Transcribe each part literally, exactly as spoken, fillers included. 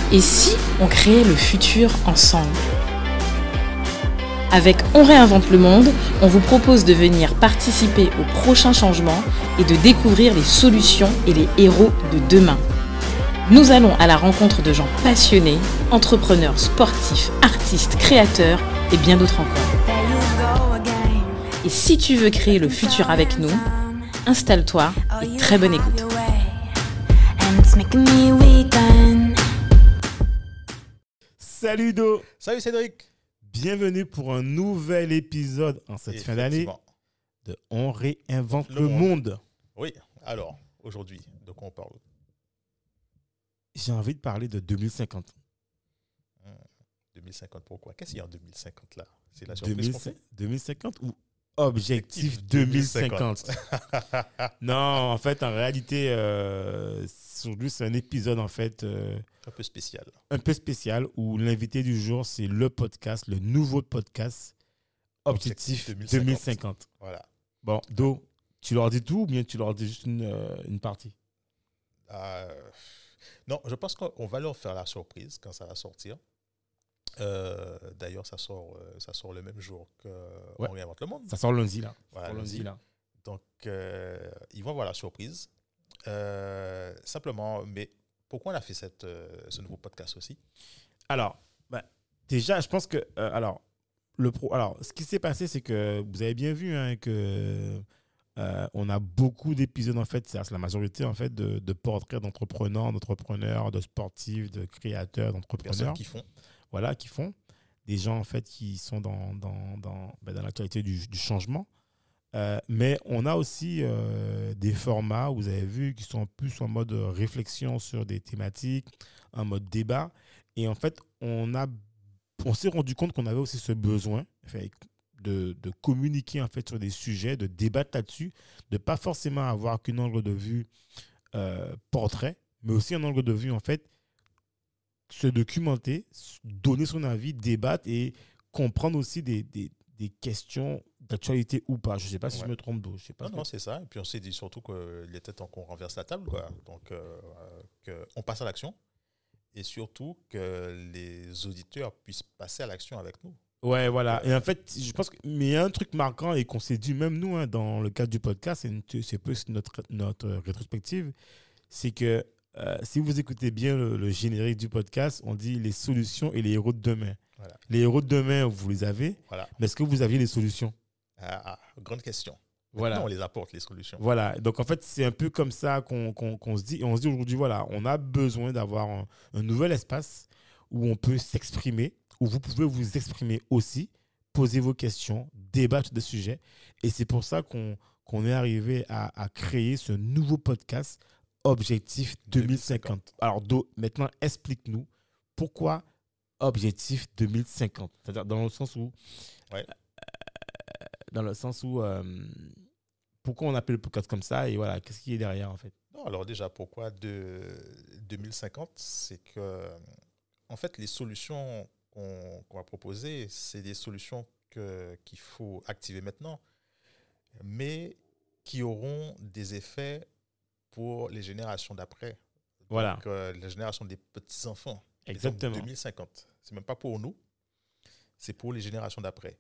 Et si on créait le futur ensemble ? Avec On réinvente le monde, on vous propose de venir participer aux prochains changements et de découvrir les solutions et les héros de demain. Nous allons à la rencontre de gens passionnés, entrepreneurs, sportifs, artistes, créateurs et bien d'autres encore. Et si tu veux créer le futur avec nous, installe-toi et très bonne écoute. Salut Do. Salut Cédric. Bienvenue pour un nouvel épisode en cette fin d'année de On réinvente le, le monde. monde. Oui, alors aujourd'hui, de quoi on parle ? J'ai envie de parler de deux mille cinquante. Hum, deux mille cinquante, pourquoi ? Qu'est-ce qu'il y a en deux mille cinquante là ? C'est la surprise qu'on fait ? deux mille cinquante ou Objectif deux mille cinquante. Non, en fait, en réalité, euh, aujourd'hui, c'est un épisode en fait euh, un peu spécial. Un peu spécial où l'invité du jour, c'est le podcast, le nouveau podcast Objectif, Objectif deux mille cinquante. deux mille cinquante. Voilà. Bon, Do, tu leur dis tout ou bien tu leur dis juste une, euh, une partie ? euh, Non, je pense qu'on va leur faire la surprise quand ça va sortir. Euh, d'ailleurs, ça sort, euh, ça sort le même jour qu'on ouais. réinvente le monde. Ça sort lundi, là. Voilà, lundi. lundi, là. Donc, euh, ils vont avoir la surprise. Euh, simplement, mais pourquoi on a fait cette, euh, ce nouveau podcast aussi ? Alors, bah, déjà, je pense que... Euh, alors, le pro, alors, ce qui s'est passé, c'est que vous avez bien vu hein, que... Euh, on a beaucoup d'épisodes, en fait, c'est la majorité, en fait, de, de portraits d'entrepreneurs, d'entrepreneurs, de sportifs, de créateurs, d'entrepreneurs. Personnes qui font. Voilà, qui font. Des gens, en fait, qui sont dans, dans, dans, ben, dans la qualité du, du changement. Euh, mais on a aussi euh, des formats, vous avez vu, qui sont plus en mode réflexion sur des thématiques, en mode débat. Et en fait, on, a, on s'est rendu compte qu'on avait aussi ce besoin fait, de, de communiquer en fait, sur des sujets, de débattre là-dessus, de ne pas forcément avoir qu'un angle de vue euh, portrait, mais aussi un angle de vue, en fait, se documenter, donner son avis, débattre et comprendre aussi des, des, des questions d'actualité ou pas. Je ne sais pas si ouais. je me trompe. Je sais pas non, non, c'est ça. Et puis on s'est dit surtout qu'il était temps qu'on renverse la table. Quoi. Donc, euh, qu'on passe à l'action et surtout que les auditeurs puissent passer à l'action avec nous. Ouais, voilà. Et en fait, je pense qu'il y a un truc marquant et qu'on s'est dit, même nous, hein, dans le cadre du podcast, c'est, c'est plus notre, notre rétrospective, c'est que Euh, si vous écoutez bien le, le générique du podcast, on dit les solutions et les héros de demain. Voilà. Les héros de demain, vous les avez, voilà. Mais est-ce que vous aviez les solutions ? ah, ah, Grande question. Voilà. Maintenant, on les apporte, les solutions. Voilà. Donc, en fait, c'est un peu comme ça qu'on, qu'on, qu'on se dit. Et on se dit aujourd'hui, voilà, on a besoin d'avoir un, un nouvel espace où on peut s'exprimer, où vous pouvez vous exprimer aussi, poser vos questions, débattre des sujets. Et c'est pour ça qu'on, qu'on est arrivé à, à créer ce nouveau podcast Objectif deux mille cinquante. Alors, Do, maintenant, explique-nous pourquoi Objectif deux mille cinquante. C'est-à-dire dans le sens où... Ouais. Euh, dans le sens où... Euh, pourquoi on appelle le podcast comme ça et voilà, qu'est-ce qui est derrière, en fait ? Non, alors déjà, pourquoi de deux mille cinquante ? C'est que, en fait, les solutions qu'on, qu'on va proposer, c'est des solutions que, qu'il faut activer maintenant, mais qui auront des effets pour les générations d'après. Voilà. Donc, euh, la génération des petits-enfants. Exactement. deux mille cinquante. Ce n'est même pas pour nous, c'est pour les générations d'après.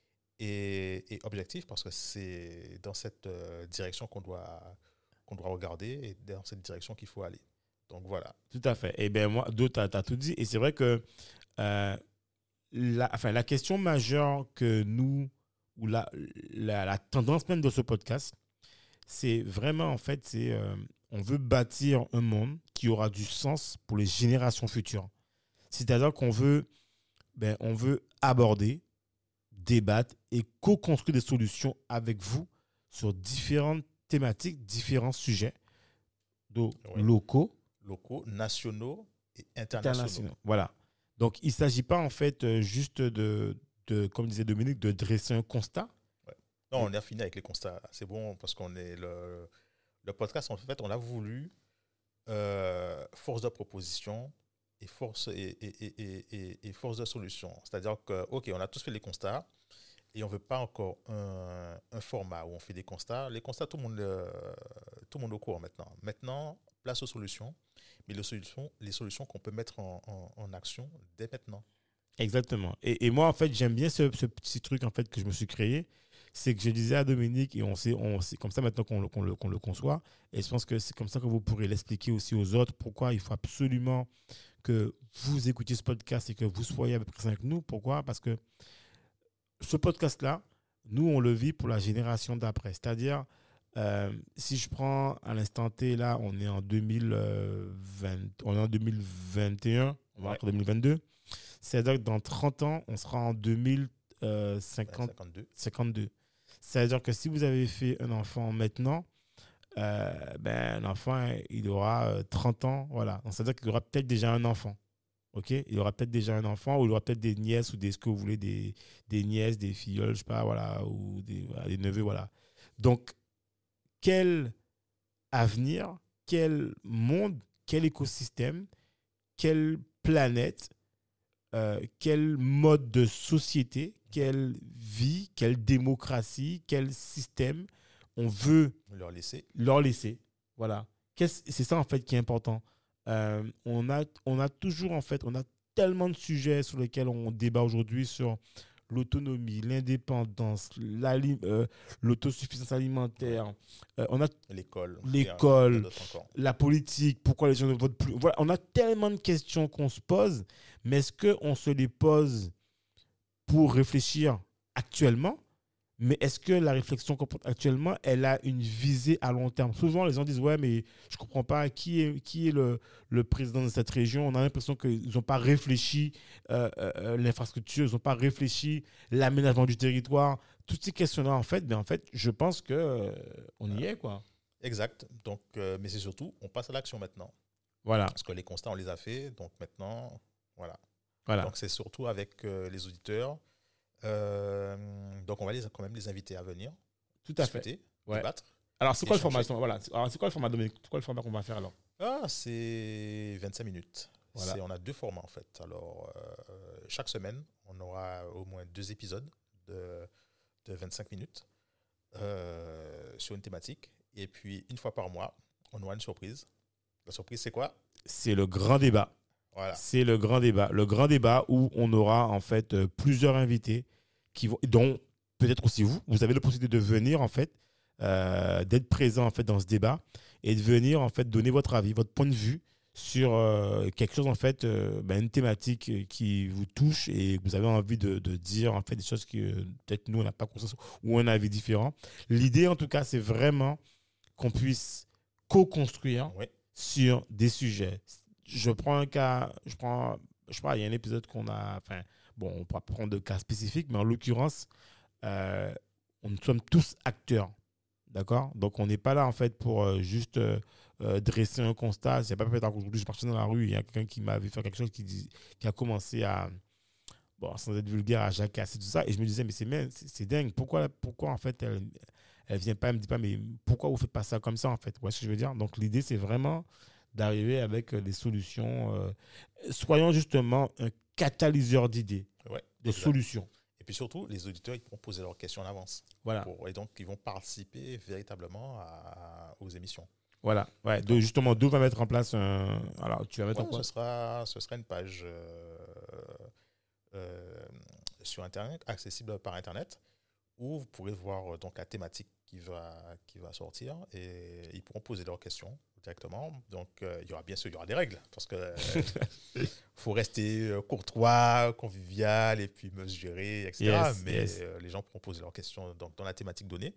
Et, et objectif, parce que c'est dans cette euh, direction qu'on doit, qu'on doit regarder et dans cette direction qu'il faut aller. Donc, voilà. Tout à fait. Et bien, moi, Do, tu as tout dit. Et c'est vrai que euh, la, enfin, la question majeure que nous, ou la, la, la tendance même de ce podcast, c'est vraiment, en fait, c'est, euh, on veut bâtir un monde qui aura du sens pour les générations futures. C'est-à-dire qu'on veut, ben, on veut aborder, débattre et co-construire des solutions avec vous sur différentes thématiques, différents sujets donc, oui. locaux, locaux, nationaux et internationaux. internationaux. Voilà. Donc, il ne s'agit pas, en fait, juste de, de, comme disait Dominique, de dresser un constat. Non, on a fini avec les constats. C'est bon parce qu'on est le, le podcast, en fait, on a voulu euh, force de proposition et force, et, et, et, et, et force de solution. C'est-à-dire que, OK, on a tous fait les constats et on ne veut pas encore un, un format où on fait des constats. Les constats, tout le monde, euh, tout le monde est au courant maintenant. Maintenant, place aux solutions. mais les solutions, les solutions qu'on peut mettre en, en, en action dès maintenant. Exactement. Et, et moi, en fait, j'aime bien ce, ce petit truc en fait, que je me suis créé. C'est que je disais à Dominique, et on sait, on, c'est comme ça maintenant qu'on le, qu'on, le, qu'on le conçoit, et je pense que c'est comme ça que vous pourrez l'expliquer aussi aux autres, pourquoi il faut absolument que vous écoutiez ce podcast et que vous soyez avec nous. Pourquoi ? Parce que ce podcast-là, nous, on le vit pour la génération d'après. C'est-à-dire, euh, si je prends à l'instant T, là, on est en deux mille vingt, on est en deux mille vingt et un, on va Ouais. en deux mille vingt-deux. C'est-à-dire que dans trente ans, on sera en deux mille cinquante, cinquante-deux. cinquante-deux. C'est-à-dire que si vous avez fait un enfant maintenant, euh, ben, l'enfant, il aura euh, trente ans. Voilà. Donc, c'est-à-dire qu'il aura peut-être déjà un enfant. OK ? Il aura peut-être déjà un enfant, ou il aura peut-être des nièces ou des, ce que vous voulez, des, des nièces, des filleuls, je sais pas, voilà, ou des, voilà, des neveux, voilà. Donc, quel avenir, quel monde, quel écosystème, quelle planète, euh, quel mode de société, quelle vie, quelle démocratie, quel système on veut Leur laisser. leur laisser. Voilà. Qu'est-ce- c'est ça, en fait, qui est important. Euh, on, a, on a toujours, en fait, on a tellement de sujets sur lesquels on débat aujourd'hui sur l'autonomie, l'indépendance, l'ali- euh, l'autosuffisance alimentaire. Euh, on a L'école. L'école. Il y a d'autres encore. la politique, pourquoi les gens ne votent plus. Voilà, on a tellement de questions qu'on se pose, mais est-ce qu'on se les pose pour réfléchir actuellement? Mais est-ce que la réflexion qu'on porte actuellement, elle a une visée à long terme? Souvent, les gens disent, ouais, mais je ne comprends pas qui est, qui est le, le président de cette région. On a l'impression qu'ils n'ont pas réfléchi euh, euh, l'infrastructure, ils n'ont pas réfléchi l'aménagement du territoire. Toutes ces questions-là, en fait, ben, en fait, je pense qu'on euh, on y est, quoi. Exact. Donc, euh, mais c'est surtout, on passe à l'action maintenant. Voilà, Parce que les constats, on les a faits. Donc maintenant, voilà. voilà. Donc c'est surtout avec euh, les auditeurs. Euh, donc on va les, quand même les inviter à venir Tout à fait. discuter, Ouais. débattre. Alors, c'est quoi le échanger. format? Voilà. Alors, c'est quoi le format, Dominique? C'est quoi le format qu'on va faire alors? Ah, c'est vingt-cinq minutes. Voilà. C'est- on a deux formats en fait. Alors, euh, chaque semaine, on aura au moins deux épisodes de, de vingt-cinq minutes euh, sur une thématique. Et puis, une fois par mois, on aura une surprise. La surprise, c'est quoi? C'est le grand débat. Voilà. C'est le grand débat. Le grand débat où on aura en fait euh, plusieurs invités qui vont, dont peut-être aussi vous. Vous avez la possibilité de venir en fait, euh, d'être présent en fait dans ce débat et de venir en fait donner votre avis, votre point de vue sur euh, quelque chose en fait, euh, ben, une thématique qui vous touche et que vous avez envie de, de dire en fait des choses que euh, peut-être nous on n'a pas conscience ou un avis différent. L'idée en tout cas, c'est vraiment qu'on puisse co-construire Oui. sur des sujets. Je prends un cas, je prends, je sais pas, il y a un épisode qu'on a, enfin, bon, on pourra prendre de cas spécifiques, mais en l'occurrence, euh, nous sommes tous acteurs, d'accord? Donc, on n'est pas là, en fait, pour euh, juste euh, euh, dresser un constat. C'est pas peut-être qu'aujourd'hui, je marchais dans la rue, il y a quelqu'un qui m'avait fait quelque chose qui, dit, qui a commencé à, bon, sans être vulgaire, à jacasser tout ça, et je me disais, mais c'est, c'est, c'est dingue, pourquoi, pourquoi, en fait, elle, elle vient pas, elle me dit pas, mais pourquoi vous faites pas ça comme ça, en fait? Vous voyez ce que je veux dire? Donc, l'idée, c'est vraiment d'arriver avec des solutions. Euh, soyons justement un catalyseur d'idées, Ouais, de exact. solutions. Et puis surtout, les auditeurs, ils pourront poser leurs questions en avance. Voilà. Pour- et donc, ils vont participer véritablement à- aux émissions. Voilà. Ouais, de, justement, d'où va mettre en place un. Alors, tu vas mettre Ouais, en quoi? ce, sera, ce sera une page euh, euh, sur Internet, accessible par Internet, où vous pourrez voir euh, donc, la thématique qui va, qui va sortir et ils pourront poser leurs questions directement. Donc, euh, il y aura bien sûr il y aura des règles parce que euh, faut rester euh, courtois, convivial et puis mesurer, et cetera. Yes, Mais yes. euh, les gens pourront poser leurs questions donc, dans la thématique donnée.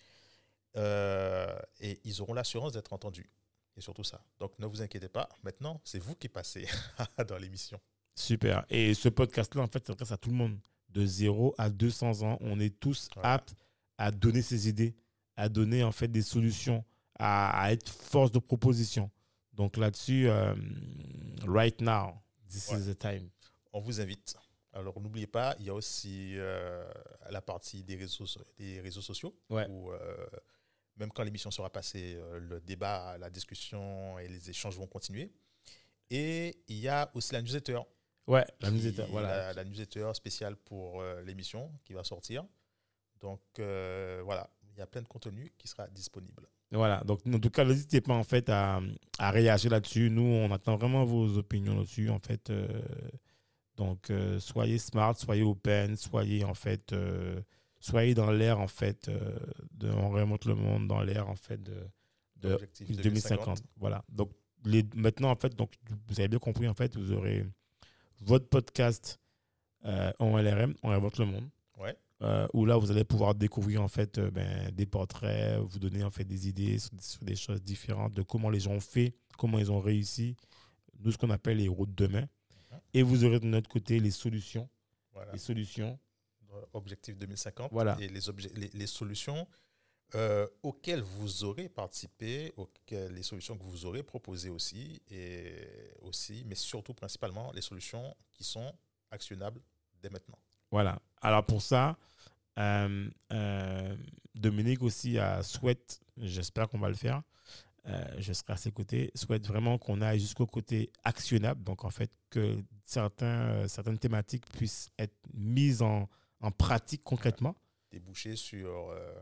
Euh, et ils auront l'assurance d'être entendus. Et surtout ça. Donc, ne vous inquiétez pas. Maintenant, c'est vous qui passez dans l'émission. Super. Et ce podcast-là, en fait, s'adresse à tout le monde. De zéro à deux cents ans, on est tous Voilà. aptes à donner ses idées, à donner, en fait, des solutions, à, à être force de proposition. Donc là-dessus, euh, right now, this Ouais. is the time. On vous invite. Alors, n'oubliez pas, il y a aussi euh, la partie des réseaux, so- des réseaux sociaux Ouais. où, euh, même quand l'émission sera passée, euh, le débat, la discussion et les échanges vont continuer. Et il y a aussi la newsletter. Ouais, la qui- newsletter, voilà. La, la newsletter spéciale pour euh, l'émission qui va sortir. Donc, euh, voilà, il y a plein de contenu qui sera disponible. Voilà, donc en tout cas, n'hésitez pas en fait à, à réagir là-dessus. Nous, on attend vraiment vos opinions là-dessus. En fait, euh, donc euh, soyez smart, soyez open, soyez en fait, euh, soyez dans l'air en fait. Euh, de, on remonte le monde dans l'air en fait de, de deux mille cinquante. Voilà. Donc les, maintenant en fait, donc vous avez bien compris en fait, vous aurez votre podcast euh, en L R M, on réinvente le monde. Ouais. Euh, où là, vous allez pouvoir découvrir en fait euh, ben, des portraits, vous donner en fait des idées sur, sur des choses différentes, de comment les gens ont fait, comment ils ont réussi, nous ce qu'on appelle les héros de demain. Mmh. Et vous aurez de notre côté les solutions, voilà. les solutions. Objectif deux mille cinquante voilà. Et les, obje- les, les solutions euh, auxquelles vous aurez participé, auxquelles, les solutions que vous aurez proposées aussi, et aussi, mais surtout principalement les solutions qui sont actionnables dès maintenant. Voilà. Alors pour ça, euh, euh, Dominique aussi a souhaite, j'espère qu'on va le faire, euh, je serai à ses côtés, souhaite vraiment qu'on aille jusqu'au côté actionnable, donc en fait que certains, euh, certaines thématiques puissent être mises en, en pratique concrètement. Déboucher sur euh,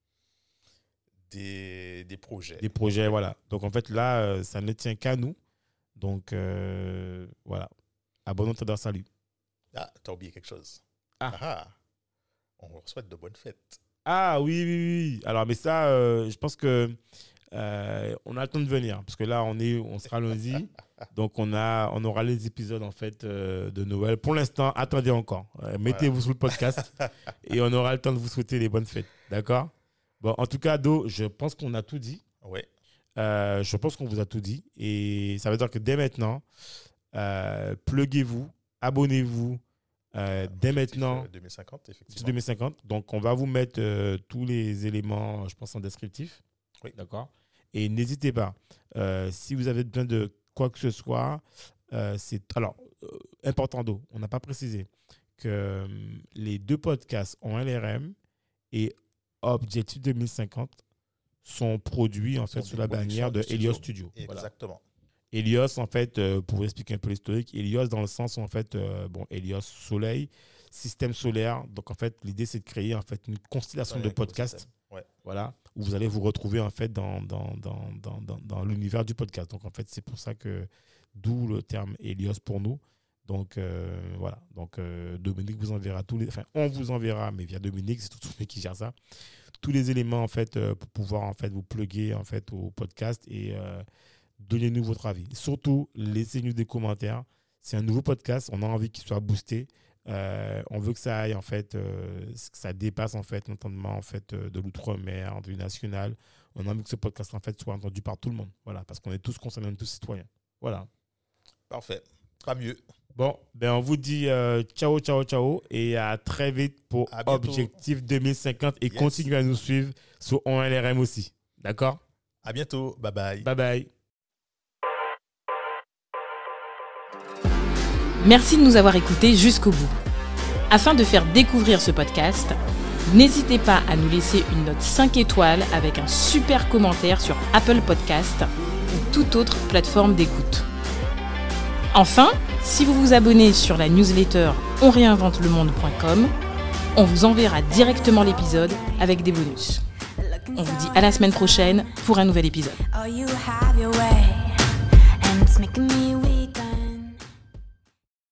des, des projets. Des projets, voilà. Donc en fait là, euh, ça ne tient qu'à nous. Donc euh, voilà. Abonnons-toi dans salut. Ah, t'as oublié quelque chose. Ah. Ah, on vous souhaite de bonnes fêtes. Ah oui, oui, oui. Alors, mais ça, euh, je pense que euh, on a le temps de venir. Parce que là, on, est, on sera lundi. Donc, on, a, on aura les épisodes en fait, euh, de Noël. Pour l'instant, attendez encore. Euh, mettez-vous voilà. Sur le podcast. Et on aura le temps de vous souhaiter les bonnes fêtes. D'accord ? Bon, en tout cas, Do, je pense qu'on a tout dit. Oui. Euh, je pense qu'on vous a tout dit. Et ça veut dire que dès maintenant, euh, pluguez-vous, abonnez-vous. Euh, dès maintenant, deux mille cinquante, effectivement. deux mille cinquante. Donc, on va vous mettre euh, tous les éléments, je pense, en descriptif. Oui. D'accord. Et n'hésitez pas, euh, si vous avez besoin de quoi que ce soit, euh, c'est. Alors, euh, important d'eau, on n'a pas précisé que euh, les deux podcasts en L R M et Objectif deux mille cinquante sont produits en fait sous la bannière de Helios Studio. Exactement. Voilà. Helios, en fait, euh, pour vous expliquer un peu l'historique, Helios dans le sens où, en fait, euh, bon, Helios, soleil, système solaire. Donc, en fait, l'idée, c'est de créer, en fait, une constellation ouais, de podcasts. Ouais. Voilà, où vous allez vous retrouver, en fait, dans, dans, dans, dans, dans, dans l'univers du podcast. Donc, en fait, c'est pour ça que, d'où le terme Helios pour nous. Donc, euh, voilà. Donc, euh, Dominique vous enverra tous les... Enfin, on vous enverra, mais via Dominique, c'est tout celui qui gère ça. Tous les éléments, en fait, euh, pour pouvoir, en fait, vous plugger, en fait, au podcast et... Euh, donnez-nous votre avis. Surtout, laissez-nous des commentaires. C'est un nouveau podcast. On a envie qu'il soit boosté. Euh, on veut que ça aille, en fait, euh, que ça dépasse, en fait, l'entendement, en fait, euh, de l'outre-mer, du national. On a envie que ce podcast, en fait, soit entendu par tout le monde. Voilà, parce qu'on est tous concernés, on est tous citoyens. Voilà. Parfait. Pas mieux. Bon, ben on vous dit euh, ciao, ciao, ciao. Et à très vite pour Objectif deux mille cinquante. Et yes. Continuez à nous suivre sur O L R M aussi. D'accord ? À bientôt. Bye bye. Bye bye. Merci de nous avoir écoutés jusqu'au bout. Afin de faire découvrir ce podcast, n'hésitez pas à nous laisser une note cinq étoiles avec un super commentaire sur Apple Podcast ou toute autre plateforme d'écoute. Enfin, si vous vous abonnez sur la newsletter on réinvente le monde point com, on vous enverra directement l'épisode avec des bonus. On vous dit à la semaine prochaine pour un nouvel épisode.